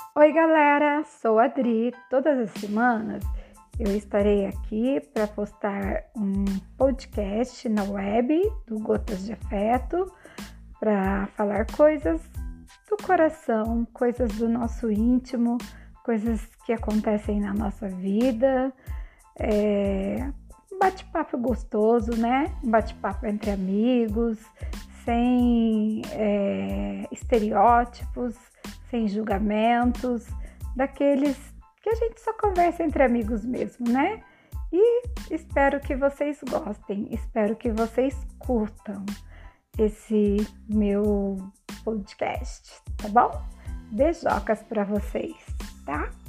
Oi, galera, sou a Adri. Todas as semanas eu estarei aqui para postar um podcast na web do Gotas de Afeto para falar coisas do coração, coisas do nosso íntimo, coisas que acontecem na nossa vida. Um bate-papo gostoso, né? Um bate-papo entre amigos, sem estereótipos, sem julgamentos, daqueles que a gente só conversa entre amigos mesmo, né? E espero que vocês gostem, espero que vocês curtam esse meu podcast, tá bom? Beijocas para vocês, tá?